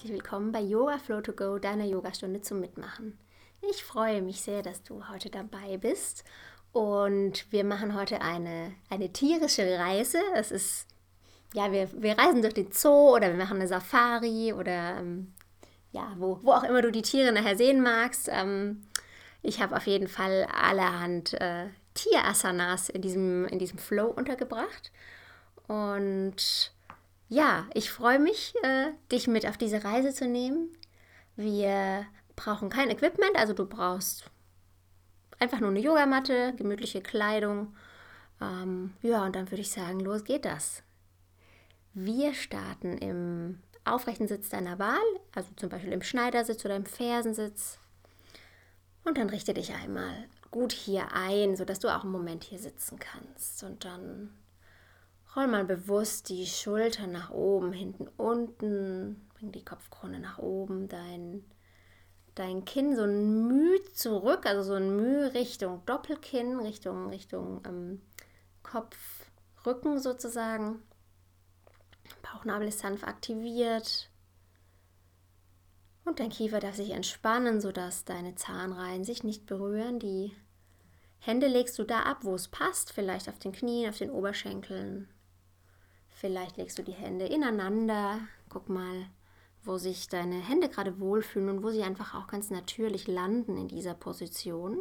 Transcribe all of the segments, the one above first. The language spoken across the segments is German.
herzlich willkommen bei Yoga Flow to Go, deiner Yogastunde zum Mitmachen. Ich freue mich sehr, dass du heute dabei bist und wir machen heute eine tierische Reise. Es ist, ja, wir reisen durch den Zoo oder wir machen eine Safari oder wo auch immer du die Tiere nachher sehen magst. Ich habe auf jeden Fall allerhand Tierasanas in diesem Flow untergebracht und ja, ich freue mich, dich mit auf diese Reise zu nehmen. Wir brauchen kein Equipment, also du brauchst einfach nur eine Yogamatte, gemütliche Kleidung. Ja, und dann würde ich sagen, los geht das. Wir starten im aufrechten Sitz deiner Wahl, also zum Beispiel im Schneidersitz oder im Fersensitz. Und dann richte dich einmal gut hier ein, sodass du auch einen Moment hier sitzen kannst. Und dann roll mal bewusst die Schultern nach oben, hinten unten, bring die Kopfkrone nach oben, dein Kinn so ein Müh zurück, also so ein Müh Richtung Doppelkinn, Richtung Kopf, Rücken sozusagen. Bauchnabel ist sanft aktiviert. Und dein Kiefer darf sich entspannen, sodass deine Zahnreihen sich nicht berühren. Die Hände legst du da ab, wo es passt, vielleicht auf den Knien, auf den Oberschenkeln. Vielleicht legst du die Hände ineinander. Guck mal, wo sich deine Hände gerade wohlfühlen und wo sie einfach auch ganz natürlich landen in dieser Position.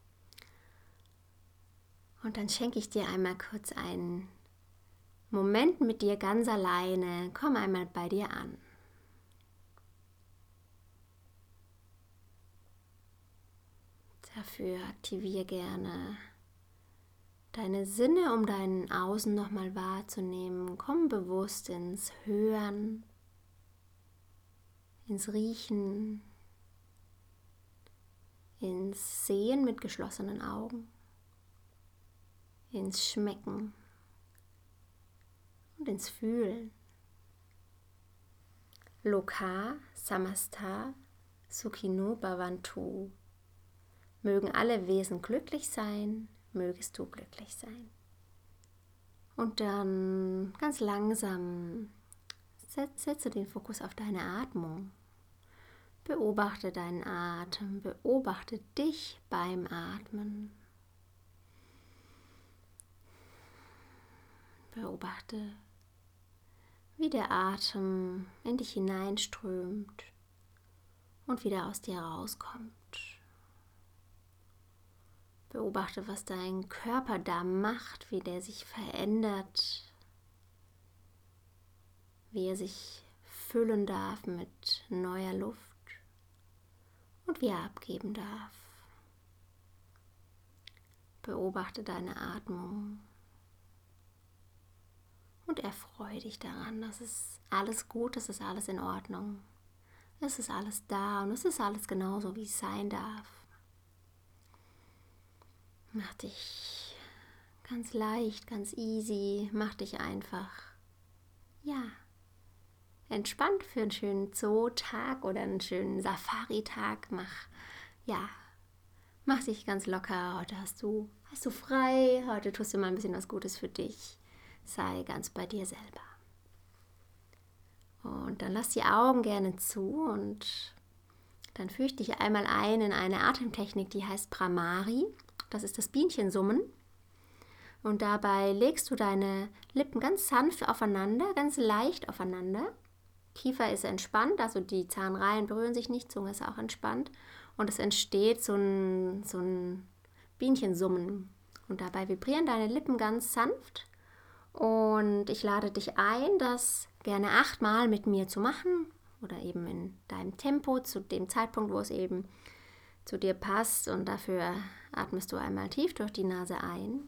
Und dann schenke ich dir einmal kurz einen Moment mit dir ganz alleine. Komm einmal bei dir an. Dafür aktiviere gerne deine Sinne, um dein Außen nochmal wahrzunehmen. Komm bewusst ins Hören, ins Riechen, ins Sehen mit geschlossenen Augen, ins Schmecken und ins Fühlen. Loka Samasta Sukhino Bhavantu. Mögen alle Wesen glücklich sein, mögest du glücklich sein. Und dann ganz langsam setze den Fokus auf deine Atmung. Beobachte deinen Atem, beobachte dich beim Atmen. Beobachte, wie der Atem in dich hineinströmt und wieder aus dir rauskommt. Beobachte, was dein Körper da macht, wie der sich verändert, wie er sich füllen darf mit neuer Luft und wie er abgeben darf. Beobachte deine Atmung und erfreue dich daran, dass es alles gut, es ist alles in Ordnung. Es ist alles da und es ist alles genauso, wie es sein darf. Mach dich ganz leicht, ganz easy, mach dich einfach, entspannt für einen schönen Zoo-Tag oder einen schönen Safari-Tag. Mach dich ganz locker. Heute hast du frei, heute tust du mal ein bisschen was Gutes für dich. Sei ganz bei dir selber. Und dann lass die Augen gerne zu und dann führe ich dich einmal ein in eine Atemtechnik, die heißt Bhramari. Das ist das Bienchensummen. Und dabei legst du deine Lippen ganz sanft aufeinander, ganz leicht aufeinander. Kiefer ist entspannt, also die Zahnreihen berühren sich nicht, Zunge ist auch entspannt. Und es entsteht so ein Bienchensummen. Und dabei vibrieren deine Lippen ganz sanft. Und ich lade dich ein, das gerne 8-mal mit mir zu machen. Oder eben in deinem Tempo, zu dem Zeitpunkt, wo es eben zu dir passt. Und dafür atmest du einmal tief durch die Nase ein.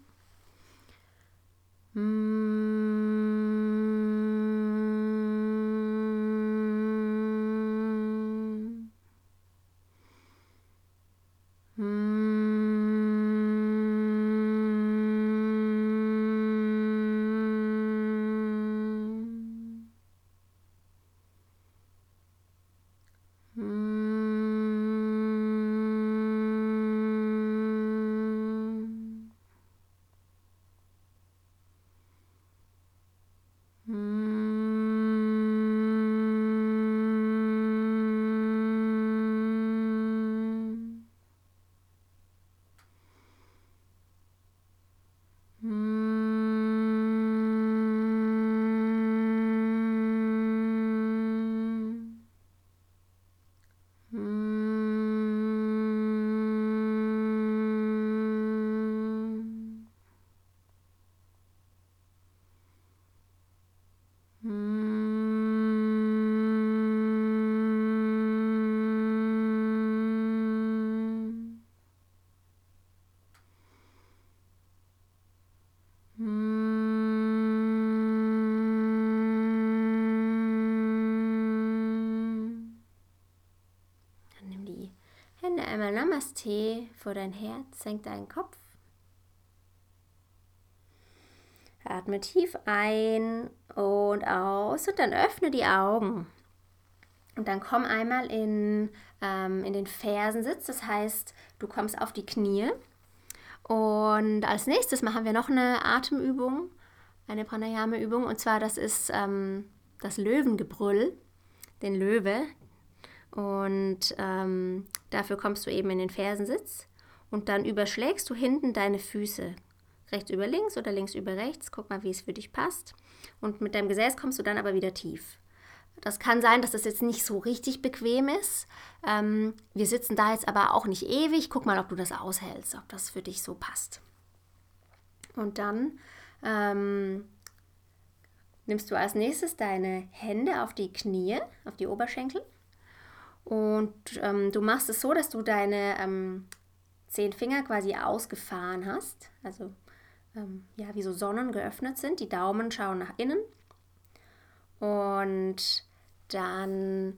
Hände einmal Namaste vor dein Herz, senk deinen Kopf. Atme tief ein und aus und dann öffne die Augen. Und dann komm einmal in den Fersensitz, das heißt, du kommst auf die Knie. Und als nächstes machen wir noch eine Atemübung, eine Pranayama-Übung. Und zwar, das ist das Löwengebrüll, den Löwe. Und dafür kommst du eben in den Fersensitz. Und dann überschlägst du hinten deine Füße. Rechts über links oder links über rechts. Guck mal, wie es für dich passt. Und mit deinem Gesäß kommst du dann aber wieder tief. Das kann sein, dass das jetzt nicht so richtig bequem ist. Wir sitzen da jetzt aber auch nicht ewig. Guck mal, ob du das aushältst, ob das für dich so passt. Und dann nimmst du als nächstes deine Hände auf die Knie, auf die Oberschenkel. Und du machst es so, dass du deine 10 Finger quasi ausgefahren hast. Also wie so Sonnen geöffnet sind. Die Daumen schauen nach innen. Und dann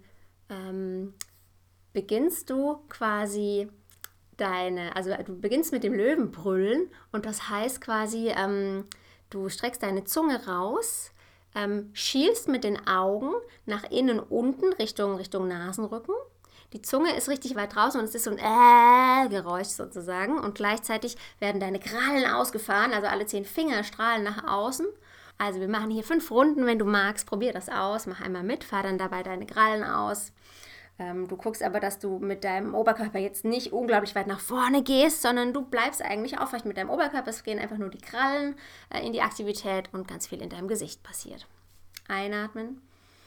beginnst du quasi du beginnst mit dem Löwenbrüllen und das heißt quasi, du streckst deine Zunge raus, schielst mit den Augen nach innen unten Richtung Nasenrücken. Die Zunge ist richtig weit draußen und es ist so ein Geräusch sozusagen und gleichzeitig werden deine Krallen ausgefahren, also alle 10 Finger strahlen nach außen. Also wir machen hier 5 Runden, wenn du magst, probier das aus, mach einmal mit, fahr dann dabei deine Krallen aus. Du guckst aber, dass du mit deinem Oberkörper jetzt nicht unglaublich weit nach vorne gehst, sondern du bleibst eigentlich aufrecht mit deinem Oberkörper. Es gehen einfach nur die Krallen in die Aktivität und ganz viel in deinem Gesicht passiert. Einatmen.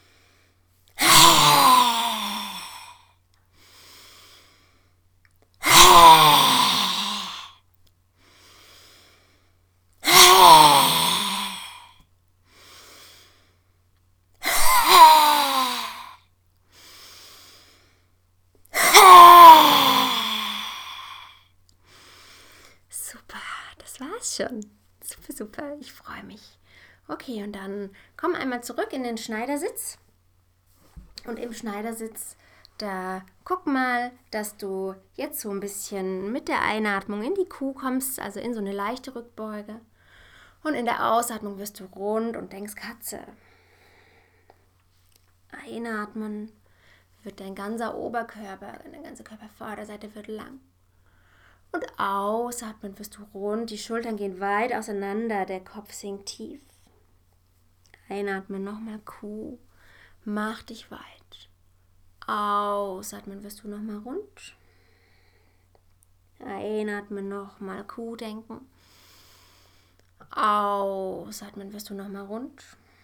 Super, das war's schon. Super, super, ich freue mich. Okay, und dann komm einmal zurück in den Schneidersitz. Und im Schneidersitz, da guck mal, dass du jetzt so ein bisschen mit der Einatmung in die Kuh kommst, also in so eine leichte Rückbeuge. Und in der Ausatmung wirst du rund und denkst Katze. Einatmen wird dein ganzer Oberkörper, deine ganze Körpervorderseite wird lang. Und ausatmen wirst du rund, die Schultern gehen weit auseinander, der Kopf sinkt tief. Einatmen nochmal Kuh, mach dich weit. Ausatmen wirst du nochmal rund. Einatmen nochmal Kuh denken. Ausatmen wirst du nochmal rund.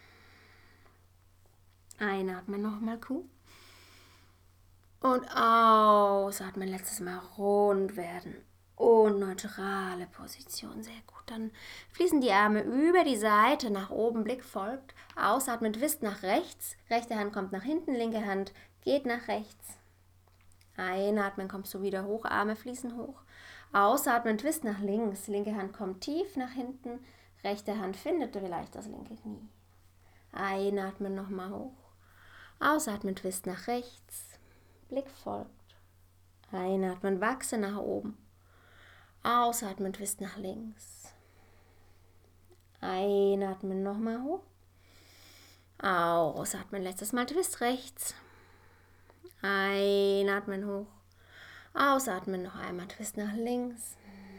Einatmen nochmal Kuh. Und ausatmen, letztes Mal rund werden. Und neutrale Position, sehr gut. Dann fließen die Arme über die Seite, nach oben, Blick folgt. Ausatmen, Twist nach rechts. Rechte Hand kommt nach hinten, linke Hand geht nach rechts. Einatmen, kommst du wieder hoch, Arme fließen hoch. Ausatmen, Twist nach links. Linke Hand kommt tief nach hinten. Rechte Hand findet vielleicht das linke Knie. Einatmen, nochmal hoch. Ausatmen, Twist nach rechts. Blick folgt. Einatmen, wachse nach oben. Ausatmen, Twist nach links. Einatmen, nochmal hoch. Ausatmen, letztes Mal Twist rechts. Einatmen hoch. Ausatmen, noch einmal Twist nach links.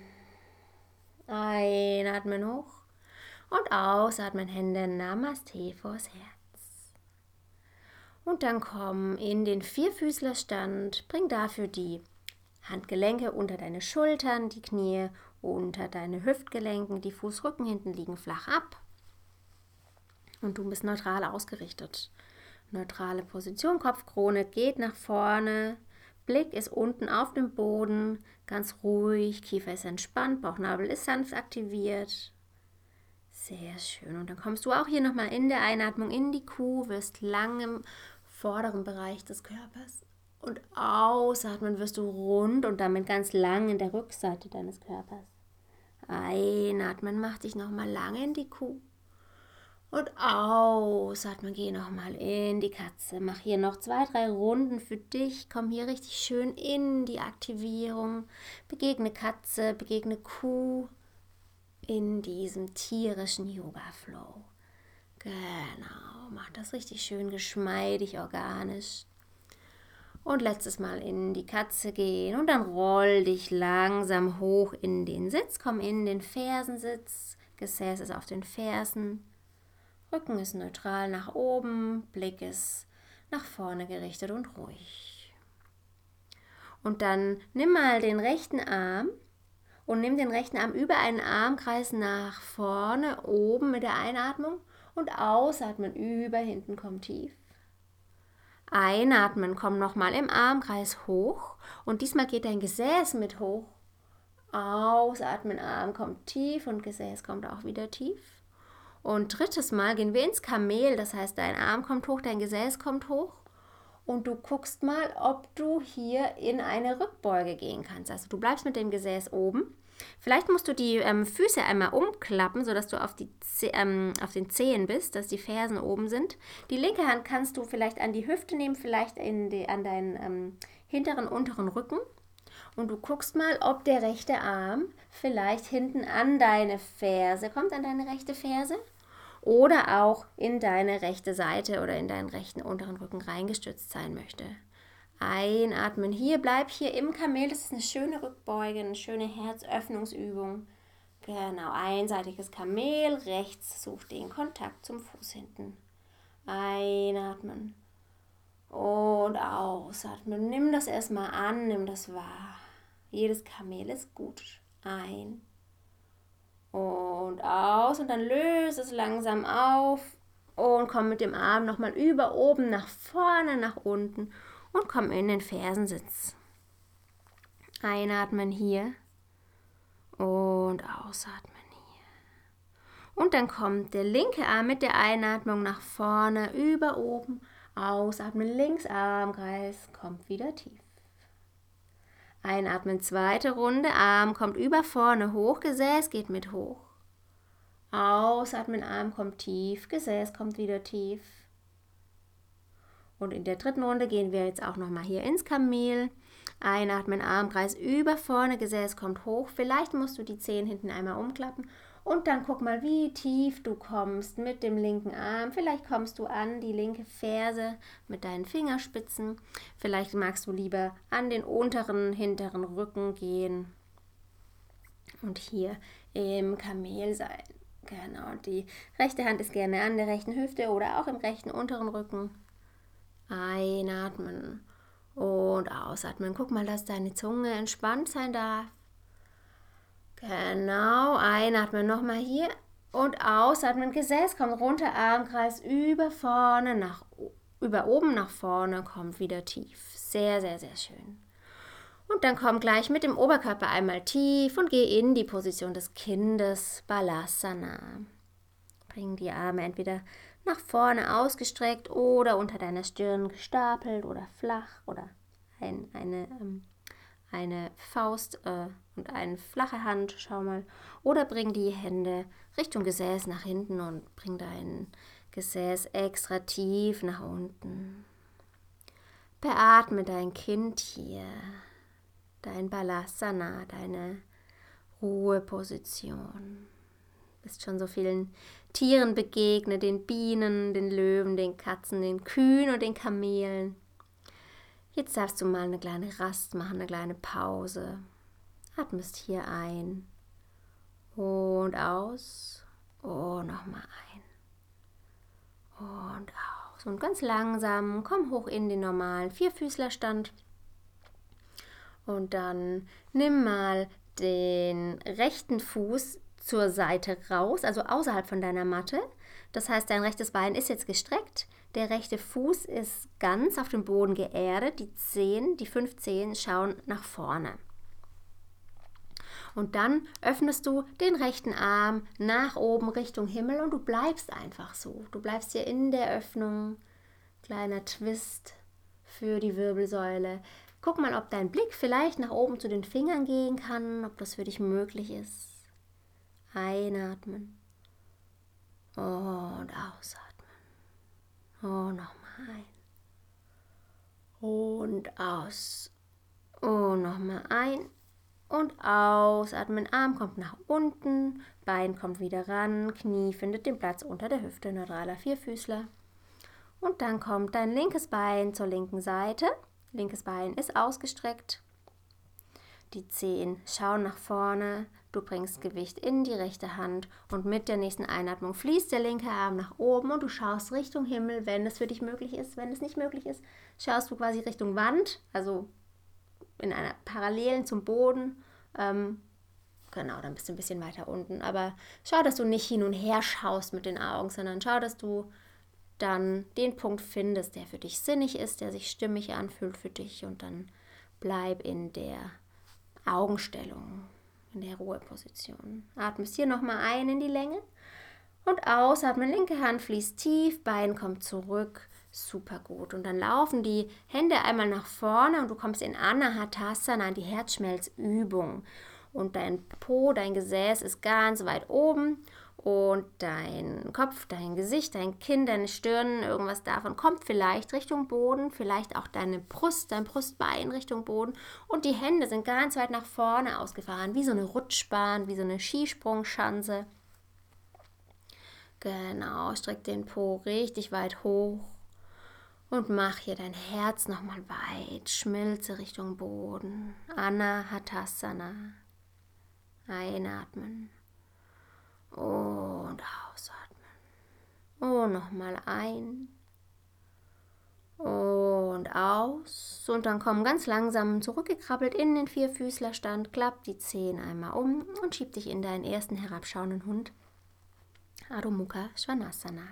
Einatmen hoch. Und ausatmen, Hände Namaste vors Herz. Und dann komm in den Vierfüßlerstand. Bring dafür die Handgelenke unter deine Schultern, die Knie unter deine Hüftgelenken, die Fußrücken hinten liegen flach ab. Und du bist neutral ausgerichtet. Neutrale Position, Kopfkrone geht nach vorne, Blick ist unten auf dem Boden, ganz ruhig, Kiefer ist entspannt, Bauchnabel ist sanft aktiviert. Sehr schön. Und dann kommst du auch hier nochmal in der Einatmung in die Kuh, wirst lang im vorderen Bereich des Körpers. Und ausatmen wirst du rund und damit ganz lang in der Rückseite deines Körpers. Einatmen, mach dich nochmal lang in die Kuh. Und ausatmen, geh nochmal in die Katze. Mach hier noch 2, 3 Runden für dich. Komm hier richtig schön in die Aktivierung. Begegne Katze, begegne Kuh in diesem tierischen Yoga-Flow. Genau, mach das richtig schön geschmeidig, organisch. Und letztes Mal in die Katze gehen und dann roll dich langsam hoch in den Sitz. Komm in den Fersensitz. Gesäß ist auf den Fersen. Rücken ist neutral nach oben, Blick ist nach vorne gerichtet und ruhig. Und dann nimm mal den rechten Arm und nimm den rechten Arm über einen Armkreis nach vorne, oben mit der Einatmung und ausatmen, über, hinten, komm tief. Einatmen, komm nochmal im Armkreis hoch und diesmal geht dein Gesäß mit hoch. Ausatmen, Arm kommt tief und Gesäß kommt auch wieder tief. Und drittes Mal gehen wir ins Kamel, das heißt, dein Arm kommt hoch, dein Gesäß kommt hoch und du guckst mal, ob du hier in eine Rückbeuge gehen kannst. Also du bleibst mit dem Gesäß oben. Vielleicht musst du die Füße einmal umklappen, sodass du auf den Zehen bist, dass die Fersen oben sind. Die linke Hand kannst du vielleicht an die Hüfte nehmen, vielleicht an deinen hinteren, unteren Rücken. Und du guckst mal, ob der rechte Arm vielleicht hinten an deine Ferse kommt, an deine rechte Ferse. Oder auch in deine rechte Seite oder in deinen rechten unteren Rücken reingestützt sein möchte. Einatmen hier, bleib hier im Kamel, das ist eine schöne Rückbeuge, eine schöne Herzöffnungsübung. Genau, einseitiges Kamel, rechts such den Kontakt zum Fuß hinten. Einatmen und ausatmen. Nimm das erstmal an, nimm das wahr. Jedes Kamel ist gut. Ein und aus und dann löse es langsam auf und komm mit dem Arm nochmal über, oben, nach vorne, nach unten und komm in den Fersensitz. Einatmen hier und ausatmen hier. Und dann kommt der linke Arm mit der Einatmung nach vorne, über, oben, ausatmen, links Armkreis, kommt wieder tief. Einatmen, zweite Runde, Arm kommt über vorne hoch, Gesäß geht mit hoch. Ausatmen, Arm kommt tief, Gesäß kommt wieder tief. Und in der dritten Runde gehen wir jetzt auch nochmal hier ins Kamel. Einatmen, Armkreis über vorne, Gesäß kommt hoch. Vielleicht musst du die Zehen hinten einmal umklappen. Und dann guck mal, wie tief du kommst mit dem linken Arm. Vielleicht kommst du an die linke Ferse mit deinen Fingerspitzen. Vielleicht magst du lieber an den unteren, hinteren Rücken gehen. Und hier im Kamel sein. Genau, die rechte Hand ist gerne an der rechten Hüfte oder auch im rechten unteren Rücken. Einatmen und ausatmen. Guck mal, dass deine Zunge entspannt sein darf. Genau, einatmen nochmal hier und ausatmen. Gesäß kommt runter, Armkreis über oben nach vorne, kommt wieder tief. Sehr, sehr, sehr schön. Und dann komm gleich mit dem Oberkörper einmal tief und geh in die Position des Kindes, Balasana. Bring die Arme entweder nach vorne ausgestreckt oder unter deiner Stirn gestapelt oder flach oder eine Faust und eine flache Hand, schau mal. Oder bring die Hände Richtung Gesäß nach hinten und bring dein Gesäß extra tief nach unten. Beatme dein Kind hier, dein Balasana, deine Ruheposition. Du bist schon so vielen Tieren begegnet, den Bienen, den Löwen, den Katzen, den Kühen und den Kamelen. Jetzt darfst du mal eine kleine Rast machen, eine kleine Pause. Atmest hier ein und aus und nochmal ein und aus. Und ganz langsam komm hoch in den normalen Vierfüßlerstand. Und dann nimm mal den rechten Fuß zur Seite raus, also außerhalb von deiner Matte. Das heißt, dein rechtes Bein ist jetzt gestreckt, der rechte Fuß ist ganz auf dem Boden geerdet, die 5 Zehen schauen nach vorne. Und dann öffnest du den rechten Arm nach oben Richtung Himmel und du bleibst einfach so. Du bleibst hier in der Öffnung, kleiner Twist für die Wirbelsäule. Guck mal, ob dein Blick vielleicht nach oben zu den Fingern gehen kann, ob das für dich möglich ist. Einatmen Und ausatmen. Und nochmal ein. Und aus. Und nochmal ein. Und ausatmen. Arm kommt nach unten. Bein kommt wieder ran. Knie findet den Platz unter der Hüfte. Neutraler Vierfüßler. Und dann kommt dein linkes Bein zur linken Seite. Linkes Bein ist ausgestreckt. Die Zehen schauen nach vorne. Du bringst Gewicht in die rechte Hand und mit der nächsten Einatmung fließt der linke Arm nach oben und du schaust Richtung Himmel, wenn es für dich möglich ist. Wenn es nicht möglich ist, schaust du quasi Richtung Wand, also in einer Parallelen zum Boden. Genau, dann bist du ein bisschen weiter unten. Aber schau, dass du nicht hin und her schaust mit den Augen, sondern schau, dass du dann den Punkt findest, der für dich sinnig ist, der sich stimmig anfühlt für dich und dann bleib in der Augenstellung, in der Ruheposition. Atmest hier nochmal ein in die Länge und ausatmen. Linke Hand fließt tief, Bein kommt zurück. Super gut. Und dann laufen die Hände einmal nach vorne und du kommst in Anahatasana, in die Herzschmelzübung. Und dein Po, dein Gesäß ist ganz weit oben und dein Kopf, dein Gesicht, dein Kinn, deine Stirn, irgendwas davon kommt vielleicht Richtung Boden, vielleicht auch deine Brust, dein Brustbein Richtung Boden und die Hände sind ganz weit nach vorne ausgefahren, wie so eine Rutschbahn, wie so eine Skisprungschanze. Genau, streck den Po richtig weit hoch und mach hier dein Herz nochmal weit, schmilze Richtung Boden. Anahatasana. Einatmen und ausatmen. Und nochmal ein und aus. Und dann komm ganz langsam zurückgekrabbelt in den Vierfüßlerstand, klapp die Zehen einmal um und schieb dich in deinen ersten herabschauenden Hund. Adho Mukha Svanasana.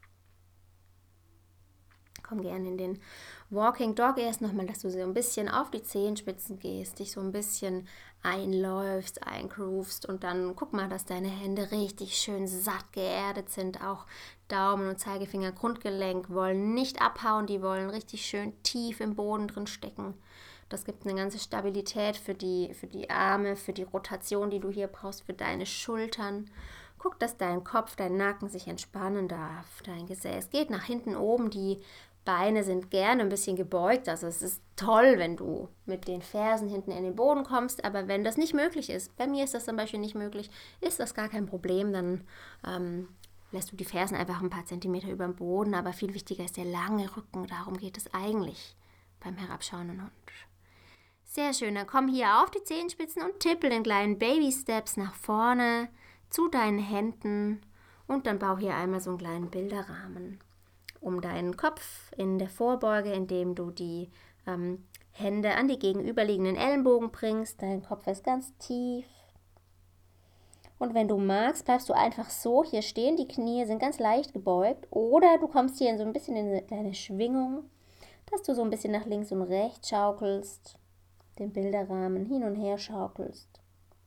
Komm gerne in den Walking Dog erst nochmal, dass du so ein bisschen auf die Zehenspitzen gehst, dich so ein bisschen einläufst, eingroovst und dann guck mal, dass deine Hände richtig schön satt geerdet sind. Auch Daumen und Zeigefinger, Grundgelenk wollen nicht abhauen, die wollen richtig schön tief im Boden drin stecken. Das gibt eine ganze Stabilität für die Arme, für die Rotation, die du hier brauchst, für deine Schultern. Guck, dass dein Kopf, dein Nacken sich entspannen darf. Dein Gesäß geht nach hinten oben, die Beine sind gerne ein bisschen gebeugt, also es ist toll, wenn du mit den Fersen hinten in den Boden kommst, aber wenn das nicht möglich ist, bei mir ist das zum Beispiel nicht möglich, ist das gar kein Problem, dann lässt du die Fersen einfach ein paar Zentimeter über dem Boden, aber viel wichtiger ist der lange Rücken, darum geht es eigentlich beim herabschauenden Hund. Sehr schön, dann komm hier auf die Zehenspitzen und tippel in kleinen Baby-Steps nach vorne zu deinen Händen und dann bau hier einmal so einen kleinen Bilderrahmen um deinen Kopf in der Vorbeuge, indem du die Hände an die gegenüberliegenden Ellenbogen bringst. Dein Kopf ist ganz tief. Und wenn du magst, bleibst du einfach so hier stehen. Die Knie sind ganz leicht gebeugt. Oder du kommst hier so ein bisschen in eine kleine Schwingung, dass du so ein bisschen nach links und rechts schaukelst, den Bilderrahmen hin und her schaukelst.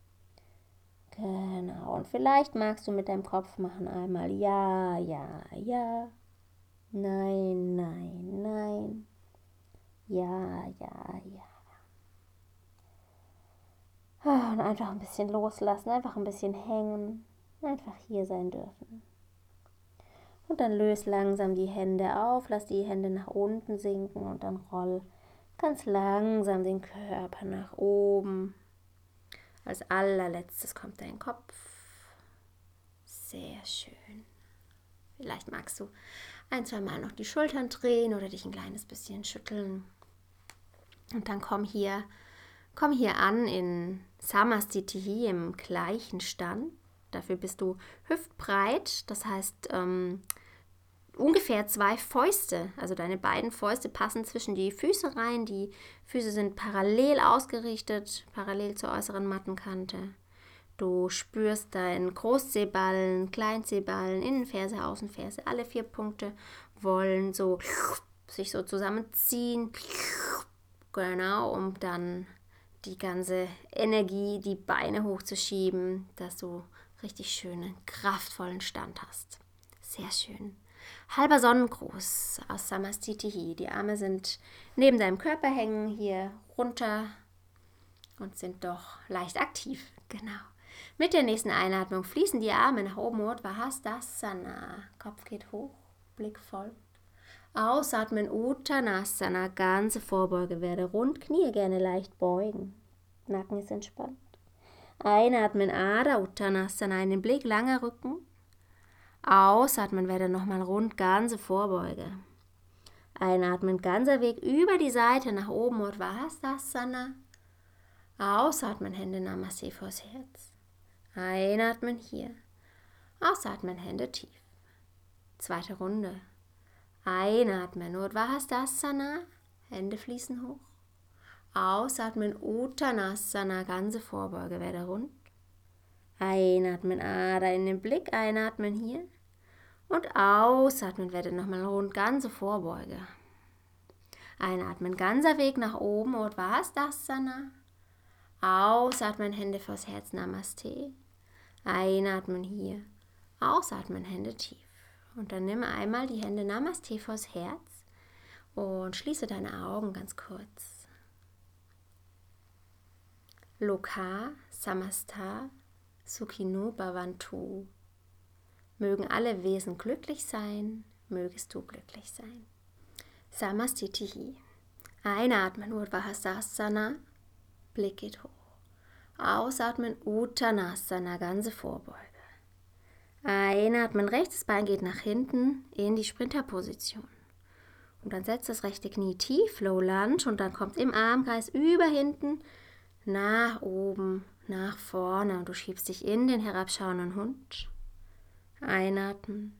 Genau. Und vielleicht magst du mit deinem Kopf machen einmal ja, ja, ja. Nein, nein, nein. Ja, ja, ja. Und einfach ein bisschen loslassen, einfach ein bisschen hängen, einfach hier sein dürfen. Und dann löse langsam die Hände auf, lass die Hände nach unten sinken und dann roll ganz langsam den Körper nach oben. Als allerletztes kommt dein Kopf. Sehr schön. Vielleicht magst du ein, zwei Mal noch die Schultern drehen oder dich ein kleines bisschen schütteln. Und dann komm hier an in Samasthiti im gleichen Stand. Dafür bist du hüftbreit, das heißt ungefähr 2 Fäuste, also deine beiden Fäuste passen zwischen die Füße rein. Die Füße sind parallel ausgerichtet, parallel zur äußeren Mattenkante. Du spürst deinen Großzehballen, Kleinzehballen, Innenferse, Außenferse. Alle 4 Punkte wollen sich so zusammenziehen. Genau, um dann die ganze Energie, die Beine hochzuschieben, dass du richtig schönen, kraftvollen Stand hast. Sehr schön. Halber Sonnengruß aus Samasthiti. Die Arme sind neben deinem Körper hängen, hier runter und sind doch leicht aktiv. Genau. Mit der nächsten Einatmung fließen die Arme nach oben, Urdhva Hastasana. Kopf geht hoch, Blick folgt. Ausatmen, Uttanasana, ganze Vorbeuge werde rund, Knie gerne leicht beugen. Nacken ist entspannt. Einatmen, Adha Uttanasana, in den Blick, langer Rücken. Ausatmen, werde nochmal rund, ganze Vorbeuge. Einatmen, ganzer Weg über die Seite nach oben, Urdhva Hastasana. Ausatmen, Hände Namaste vors Herz. Einatmen hier. Ausatmen, Hände tief. Zweite Runde. Einatmen, Urdhva Hastasana, Hände fließen hoch. Ausatmen, Uttanasana, ganze Vorbeuge, werde rund. Einatmen, Adha in den Blick, einatmen hier. Und ausatmen, werde nochmal rund, ganze Vorbeuge. Einatmen, ganzer Weg nach oben, Urdhva Hastasana. Ausatmen, Hände vors Herz, Namaste. Einatmen hier. Ausatmen, Hände tief. Und dann nimm einmal die Hände Namaste vors Herz und schließe deine Augen ganz kurz. Loka Samasta Sukhino Bhavantu. Mögen alle Wesen glücklich sein, mögest du glücklich sein. Samastitihi. Einatmen, Urdhva Hastasana, Blick geht hoch. Ausatmen, Uttanasana, ganze Vorbeuge. Einatmen, rechtes Bein geht nach hinten in die Sprinterposition. Und dann setzt das rechte Knie tief, Low Lunge, und dann kommt im Armkreis über hinten, nach oben, nach vorne. Und du schiebst dich in den herabschauenden Hund. Einatmen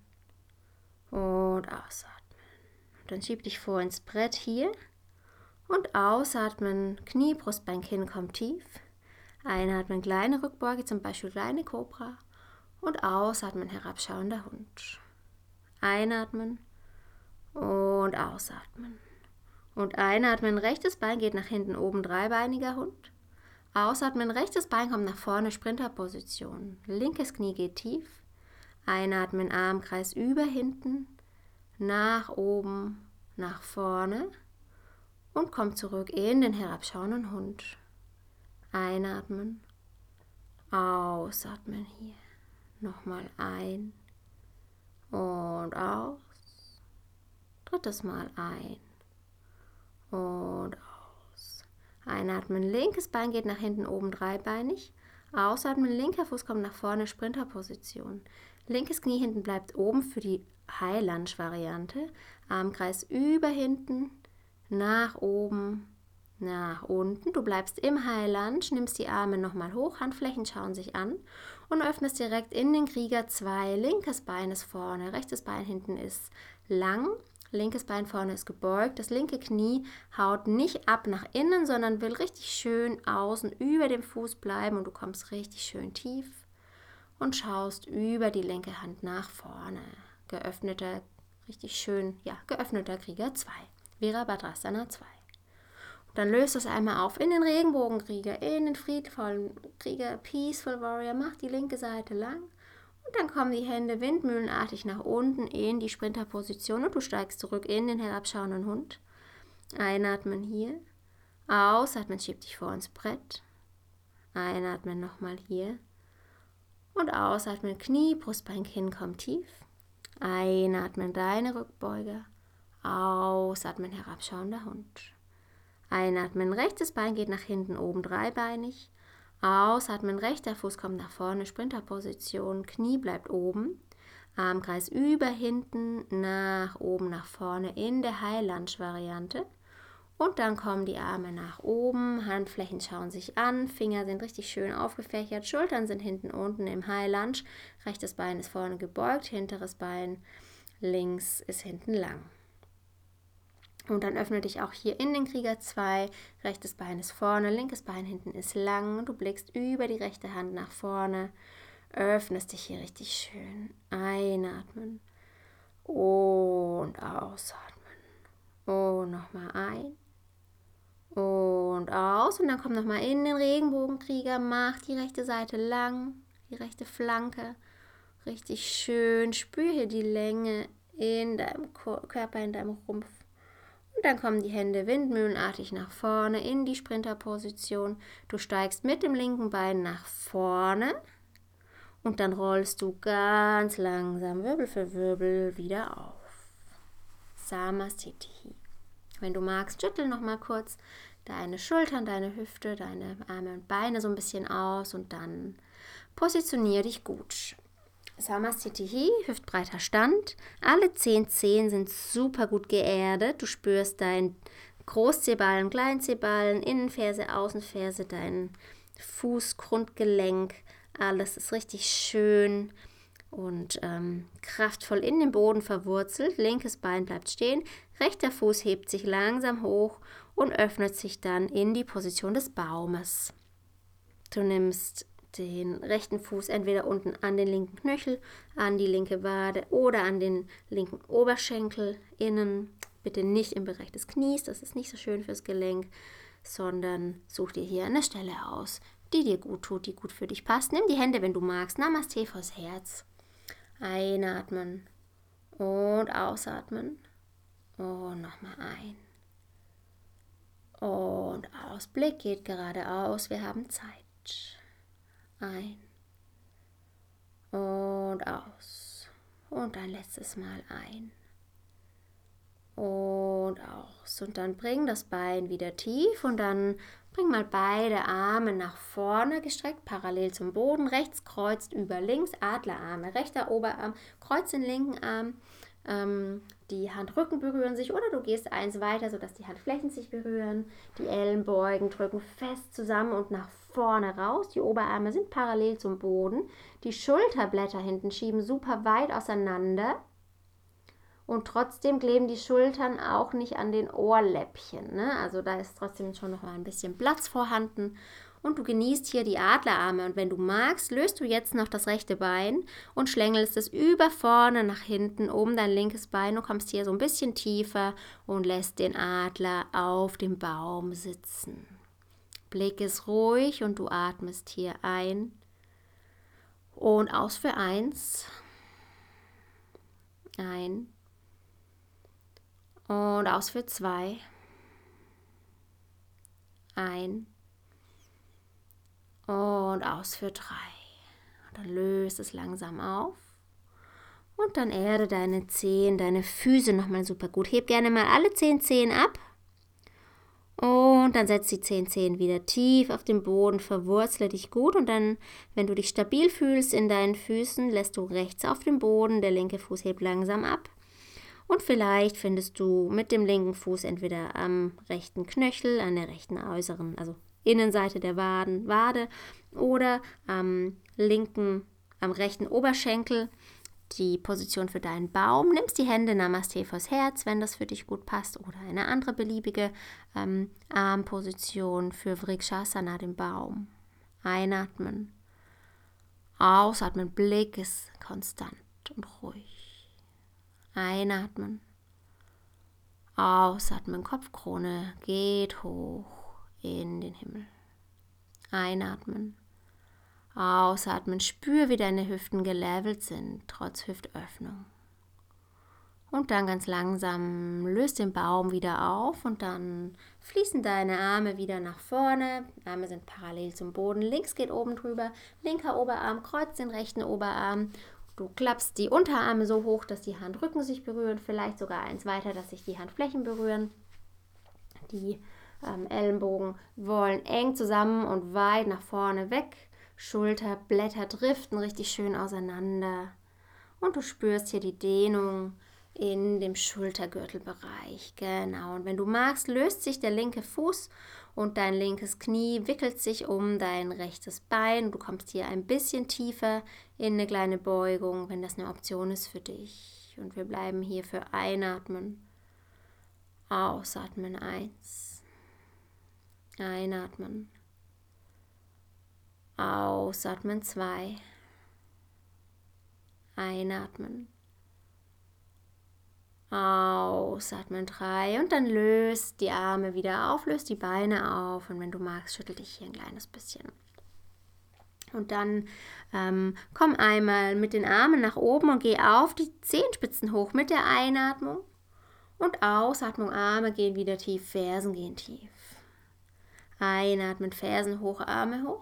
und ausatmen. Und dann schieb dich vor ins Brett hier. Und ausatmen, Knie, Brustbein, Kinn kommt tief. Einatmen, kleine Rückbeuge, zum Beispiel kleine Kobra. Und ausatmen, herabschauender Hund. Einatmen und ausatmen. Und einatmen, rechtes Bein geht nach hinten, oben, dreibeiniger Hund. Ausatmen, rechtes Bein kommt nach vorne, Sprinterposition. Linkes Knie geht tief. Einatmen, Armkreis über hinten, nach oben, nach vorne. Und kommt zurück in den herabschauenden Hund. Einatmen, ausatmen hier. Nochmal ein und aus. Drittes Mal ein und aus. Einatmen, linkes Bein geht nach hinten, oben, dreibeinig. Ausatmen, linker Fuß kommt nach vorne, Sprinterposition. Linkes Knie hinten bleibt oben für die High Lunge Variante. Armkreis über hinten, nach oben, nach unten. Du bleibst im High Lunge, nimmst die Arme nochmal hoch, Handflächen schauen sich an und öffnest direkt in den Krieger 2. Linkes Bein ist vorne, rechtes Bein hinten ist lang, linkes Bein vorne ist gebeugt. Das linke Knie haut nicht ab nach innen, sondern will richtig schön außen über dem Fuß bleiben und du kommst richtig schön tief und schaust über die linke Hand nach vorne. Geöffneter, richtig schön, ja, geöffneter Krieger 2. Virabhadrasana 2. Dann löst es einmal auf in den Regenbogenkrieger, in den friedvollen Krieger, Peaceful Warrior. Mach die linke Seite lang und dann kommen die Hände windmühlenartig nach unten in die Sprinterposition und du steigst zurück in den herabschauenden Hund. Einatmen hier, ausatmen, schieb dich vor ins Brett. Einatmen nochmal hier und ausatmen, Knie, Brustbein, Kinn kommt tief. Einatmen, deine Rückbeuge. Ausatmen, herabschauender Hund. Einatmen, rechtes Bein geht nach hinten, oben, dreibeinig. Ausatmen, rechter Fuß kommt nach vorne, Sprinterposition, Knie bleibt oben. Armkreis über hinten, nach oben, nach vorne in der High Lunge Variante. Und dann kommen die Arme nach oben, Handflächen schauen sich an, Finger sind richtig schön aufgefächert, Schultern sind hinten unten im High Lunge. Rechtes Bein ist vorne gebeugt, hinteres Bein links ist hinten lang. Und dann öffne dich auch hier in den Krieger 2. Rechtes Bein ist vorne, linkes Bein hinten ist lang. Und du blickst über die rechte Hand nach vorne. Öffnest dich hier richtig schön. Einatmen. Und ausatmen. Und nochmal ein. Und aus. Und dann komm nochmal in den Regenbogenkrieger. Mach die rechte Seite lang. Die rechte Flanke. Richtig schön. Spür hier die Länge in deinem Körper, in deinem Rumpf. Und dann kommen die Hände windmühlenartig nach vorne in die Sprinterposition. Du steigst mit dem linken Bein nach vorne und dann rollst du ganz langsam Wirbel für Wirbel wieder auf. Samasthiti. Wenn du magst, schüttel nochmal kurz deine Schultern, deine Hüfte, deine Arme und Beine so ein bisschen aus und dann positionier dich gut. Samasthiti, hüftbreiter Stand. Alle 10 Zehen sind super gut geerdet. Du spürst deinen Großzehballen, Kleinzehballen, Innenferse, Außenferse, dein Fußgrundgelenk. Alles ist richtig schön und kraftvoll in den Boden verwurzelt. Linkes Bein bleibt stehen. Rechter Fuß hebt sich langsam hoch und öffnet sich dann in die Position des Baumes. Du nimmst den rechten Fuß entweder unten an den linken Knöchel, an die linke Wade oder an den linken Oberschenkel innen. Bitte nicht im Bereich des Knies, das ist nicht so schön fürs Gelenk, sondern such dir hier eine Stelle aus, die dir gut tut, die gut für dich passt. Nimm die Hände, wenn du magst. Namaste vors Herz. Einatmen und ausatmen. Und nochmal ein. Und aus. Blick geht geradeaus. Wir haben Zeit. Ein und aus. Und ein letztes Mal ein und aus. Und dann bring das Bein wieder tief und dann bring mal beide Arme nach vorne gestreckt, parallel zum Boden. Rechts kreuzt über links, Adlerarme, rechter Oberarm, kreuz den linken Arm. Die Handrücken berühren sich oder du gehst eins weiter, sodass die Handflächen sich berühren. Die Ellenbeugen drücken fest zusammen und nach vorne raus. Die Oberarme sind parallel zum Boden. Die Schulterblätter hinten schieben super weit auseinander. Und trotzdem kleben die Schultern auch nicht an den Ohrläppchen. Ne? Also da ist trotzdem schon noch mal ein bisschen Platz vorhanden. Und du genießt hier die Adlerarme. Und wenn du magst, löst du jetzt noch das rechte Bein und schlängelst es über vorne nach hinten um dein linkes Bein. Du kommst hier so ein bisschen tiefer und lässt den Adler auf dem Baum sitzen. Blick ist ruhig und du atmest hier ein und aus für 1. Ein und aus für 2. Ein und aus für 3. Und dann löst es langsam auf. Und dann erde deine Zehen, deine Füße nochmal super gut. Heb gerne mal alle 10 Zehen ab. Und dann setz die 10 Zehen wieder tief auf den Boden, verwurzle dich gut. Und dann, wenn du dich stabil fühlst in deinen Füßen, lässt du rechts auf den Boden. Der linke Fuß hebt langsam ab. Und vielleicht findest du mit dem linken Fuß entweder am rechten Knöchel, an der rechten äußeren, also Innenseite der Wade oder am rechten Oberschenkel die Position für deinen Baum. Nimmst die Hände Namaste vors Herz, wenn das für dich gut passt, oder eine andere beliebige Armposition für Vrikshasana, den Baum. Einatmen, ausatmen, Blick ist konstant und ruhig. Einatmen, ausatmen, Kopfkrone geht hoch in den Himmel. Einatmen, ausatmen, spür, wie deine Hüften gelevelt sind, trotz Hüftöffnung. Und dann ganz langsam löst den Baum wieder auf und dann fließen deine Arme wieder nach vorne. Arme sind parallel zum Boden. Links geht oben drüber, linker Oberarm kreuzt den rechten Oberarm. Du klappst die Unterarme so hoch, dass die Handrücken sich berühren, vielleicht sogar eins weiter, dass sich die Handflächen berühren. Die Ellenbogen wollen eng zusammen und weit nach vorne weg. Schulterblätter driften richtig schön auseinander. Und du spürst hier die Dehnung in dem Schultergürtelbereich. Genau. Und wenn du magst, löst sich der linke Fuß und dein linkes Knie wickelt sich um dein rechtes Bein. Du kommst hier ein bisschen tiefer in eine kleine Beugung, wenn das eine Option ist für dich. Und wir bleiben hier für Einatmen, Ausatmen 1. Einatmen, Ausatmen 2. Einatmen, ausatmen 3 und dann löst die Arme wieder auf, löst die Beine auf und wenn du magst, schüttel dich hier ein kleines bisschen. Und dann komm einmal mit den Armen nach oben und geh auf die Zehenspitzen hoch mit der Einatmung Und Ausatmung, Arme gehen wieder tief, Fersen gehen tief. Einatmen, Fersen hoch, Arme hoch.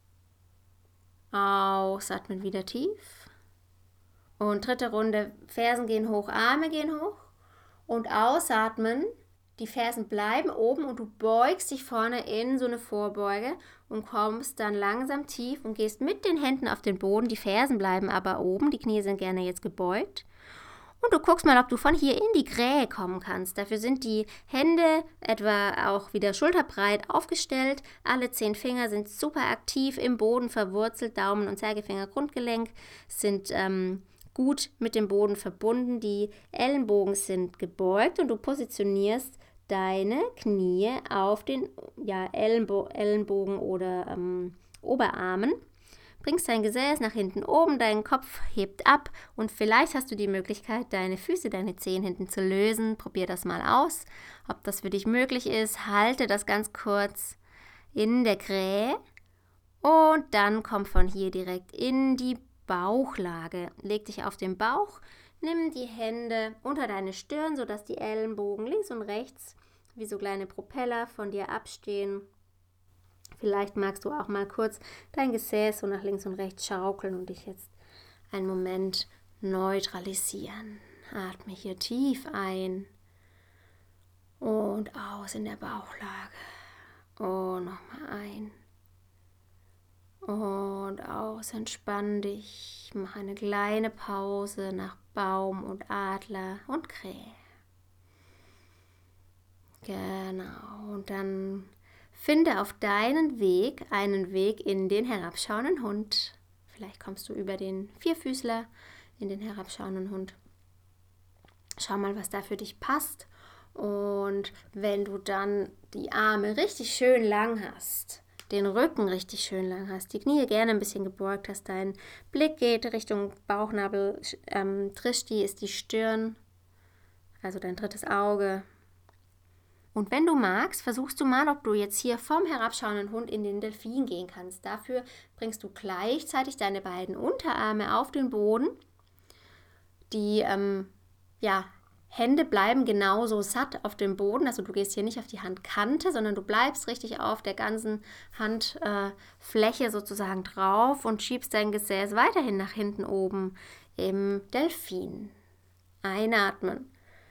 Ausatmen, wieder tief. Und dritte Runde, Fersen gehen hoch, Arme gehen hoch. Und ausatmen, die Fersen bleiben oben und du beugst dich vorne in so eine Vorbeuge und kommst dann langsam tief und gehst mit den Händen auf den Boden. Die Fersen bleiben aber oben, die Knie sind gerne jetzt gebeugt. Und du guckst mal, ob du von hier in die Krähe kommen kannst. Dafür sind die Hände etwa auch wieder schulterbreit aufgestellt. Alle 10 Finger sind super aktiv im Boden verwurzelt. Daumen und Zeigefinger, Grundgelenk sind gut mit dem Boden verbunden. Die Ellenbogen sind gebeugt und du positionierst deine Knie auf den Ellenbogen oder Oberarmen. Bringst dein Gesäß nach hinten oben, dein Kopf hebt ab und vielleicht hast du die Möglichkeit, deine Füße, deine Zehen hinten zu lösen. Probier das mal aus, ob das für dich möglich ist. Halte das ganz kurz in der Krähe und dann komm von hier direkt in die Bauchlage. Leg dich auf den Bauch, nimm die Hände unter deine Stirn, sodass die Ellenbogen links und rechts wie so kleine Propeller von dir abstehen. Vielleicht magst du auch mal kurz dein Gesäß so nach links und rechts schaukeln und dich jetzt einen Moment neutralisieren. Atme hier tief ein und aus in der Bauchlage. Und nochmal ein und aus. Entspann dich. Mach eine kleine Pause nach Baum und Adler und Krähe. Genau. Und dann finde auf deinen Weg einen Weg in den herabschauenden Hund. Vielleicht kommst du über den Vierfüßler in den herabschauenden Hund. Schau mal, was da für dich passt. Und wenn du dann die Arme richtig schön lang hast, den Rücken richtig schön lang hast, die Knie gerne ein bisschen gebeugt hast, dein Blick geht Richtung Bauchnabel, Drishti ist die Stirn, also dein drittes Auge. Und wenn du magst, versuchst du mal, ob du jetzt hier vom herabschauenden Hund in den Delfin gehen kannst. Dafür bringst du gleichzeitig deine beiden Unterarme auf den Boden. Die Hände bleiben genauso satt auf dem Boden. Also du gehst hier nicht auf die Handkante, sondern du bleibst richtig auf der ganzen Handfläche sozusagen drauf und schiebst dein Gesäß weiterhin nach hinten oben im Delfin. Einatmen.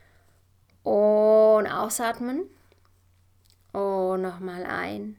Und ausatmen. Und nochmal ein.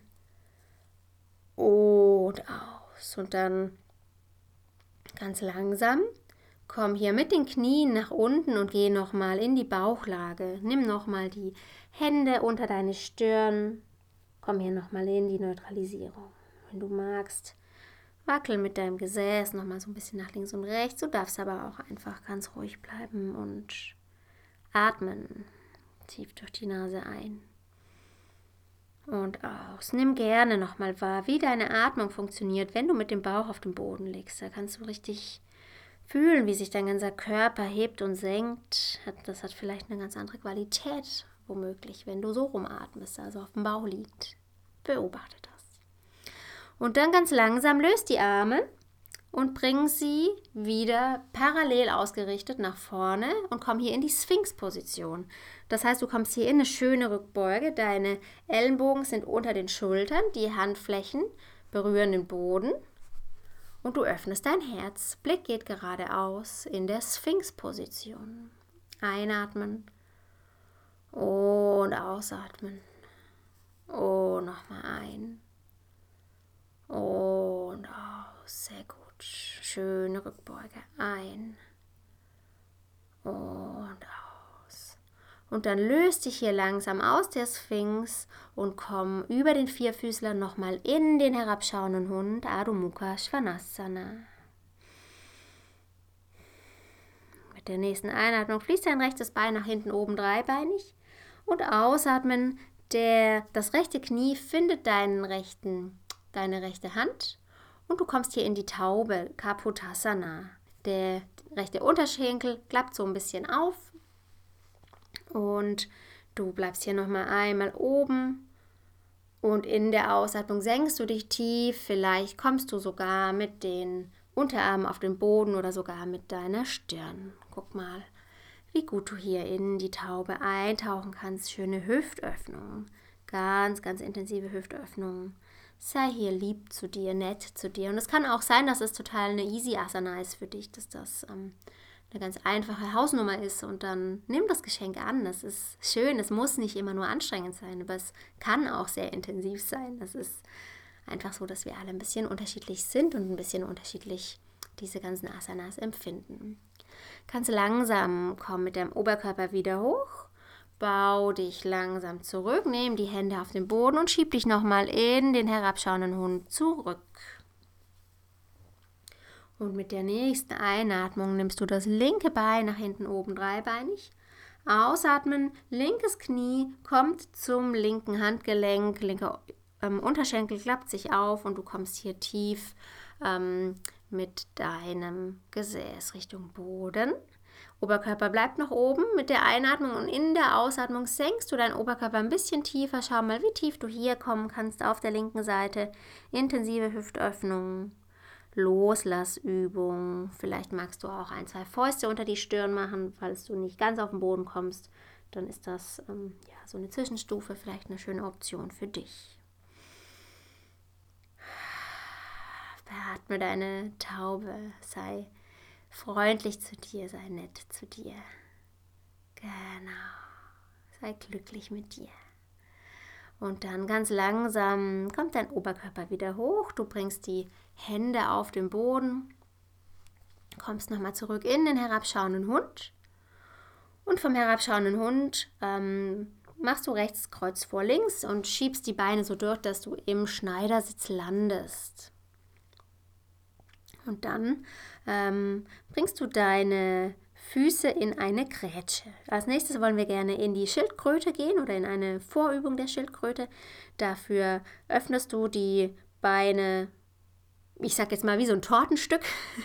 Und aus. Und dann ganz langsam komm hier mit den Knien nach unten und geh nochmal in die Bauchlage. Nimm nochmal die Hände unter deine Stirn. Komm hier nochmal in die Neutralisierung. Wenn du magst, wackel mit deinem Gesäß nochmal so ein bisschen nach links und rechts. Du darfst aber auch einfach ganz ruhig bleiben und atmen. Tief durch die Nase ein und aus. Nimm gerne nochmal wahr, wie deine Atmung funktioniert, wenn du mit dem Bauch auf dem Boden liegst. Da kannst du richtig fühlen, wie sich dein ganzer Körper hebt und senkt. Das hat vielleicht eine ganz andere Qualität, womöglich, wenn du so rumatmest, also auf dem Bauch liegt. Beobachte das. Und dann ganz langsam löst die Arme und bring sie wieder parallel ausgerichtet nach vorne und komm hier in die Sphinx-Position. Das heißt, du kommst hier in eine schöne Rückbeuge. Deine Ellenbogen sind unter den Schultern, die Handflächen berühren den Boden und du öffnest dein Herz. Blick geht geradeaus in der Sphinx-Position. Einatmen und ausatmen. Und nochmal ein und aus. Sehr gut. Schöne Rückbeuge. Ein und aus. Und dann löst dich hier langsam aus der Sphinx und komm über den Vierfüßler nochmal in den herabschauenden Hund, Adho Mukha Svanasana. Mit der nächsten Einatmung fließt dein rechtes Bein nach hinten oben dreibeinig und ausatmen, das rechte Knie findet deine rechte Hand. Und du kommst hier in die Taube, Kapotasana. Der rechte Unterschenkel klappt so ein bisschen auf. Und du bleibst hier nochmal einmal oben. Und in der Ausatmung senkst du dich tief. Vielleicht kommst du sogar mit den Unterarmen auf den Boden oder sogar mit deiner Stirn. Guck mal, wie gut du hier in die Taube eintauchen kannst. Schöne Hüftöffnung, ganz, ganz intensive Hüftöffnung. Sei hier lieb zu dir, nett zu dir. Und es kann auch sein, dass es total eine easy Asana ist für dich, dass das eine ganz einfache Hausnummer ist. Und dann nimm das Geschenk an. Das ist schön. Es muss nicht immer nur anstrengend sein, aber es kann auch sehr intensiv sein. Das ist einfach so, dass wir alle ein bisschen unterschiedlich sind und ein bisschen unterschiedlich diese ganzen Asanas empfinden. Kannst langsam kommen mit deinem Oberkörper wieder hoch. Bau dich langsam zurück, nimm die Hände auf den Boden und schieb dich nochmal in den herabschauenden Hund zurück. Und mit der nächsten Einatmung nimmst du das linke Bein nach hinten oben dreibeinig. Ausatmen, linkes Knie kommt zum linken Handgelenk, linker Unterschenkel klappt sich auf und du kommst hier tief mit deinem Gesäß Richtung Boden. Oberkörper bleibt noch oben mit der Einatmung und in der Ausatmung senkst du deinen Oberkörper ein bisschen tiefer. Schau mal, wie tief du hier kommen kannst auf der linken Seite. Intensive Hüftöffnung, Loslassübung. Vielleicht magst du auch 1, 2 Fäuste unter die Stirn machen, falls du nicht ganz auf den Boden kommst. Dann ist das so eine Zwischenstufe, vielleicht eine schöne Option für dich. Beatme deine Taube, sei freundlich zu dir, sei nett zu dir. Genau, sei glücklich mit dir. Und dann ganz langsam kommt dein Oberkörper wieder hoch. Du bringst die Hände auf den Boden, kommst nochmal zurück in den herabschauenden Hund. Und vom herabschauenden Hund machst du rechts Kreuz vor links und schiebst die Beine so durch, dass du im Schneidersitz landest. Und dann bringst du deine Füße in eine Grätsche. Als nächstes wollen wir gerne in die Schildkröte gehen oder in eine Vorübung der Schildkröte. Dafür öffnest du die Beine, ich sag jetzt mal wie so ein Tortenstück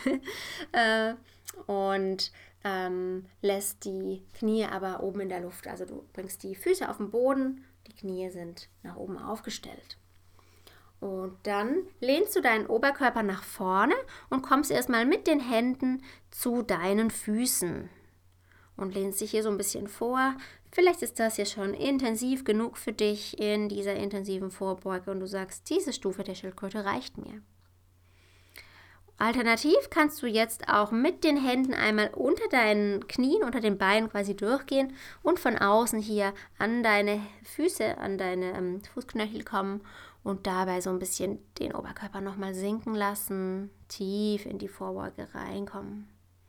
und lässt die Knie aber oben in der Luft. Also du bringst die Füße auf den Boden, die Knie sind nach oben aufgestellt. Und dann lehnst du deinen Oberkörper nach vorne und kommst erstmal mit den Händen zu deinen Füßen und lehnst dich hier so ein bisschen vor. Vielleicht ist das hier schon intensiv genug für dich in dieser intensiven Vorbeuge und du sagst, diese Stufe der Schildkröte reicht mir. Alternativ kannst du jetzt auch mit den Händen einmal unter deinen Knien, unter den Beinen quasi durchgehen und von außen hier an deine Füße, an deine Fußknöchel kommen und dabei so ein bisschen den Oberkörper nochmal sinken lassen, tief in die Vorbeuge reinkommen.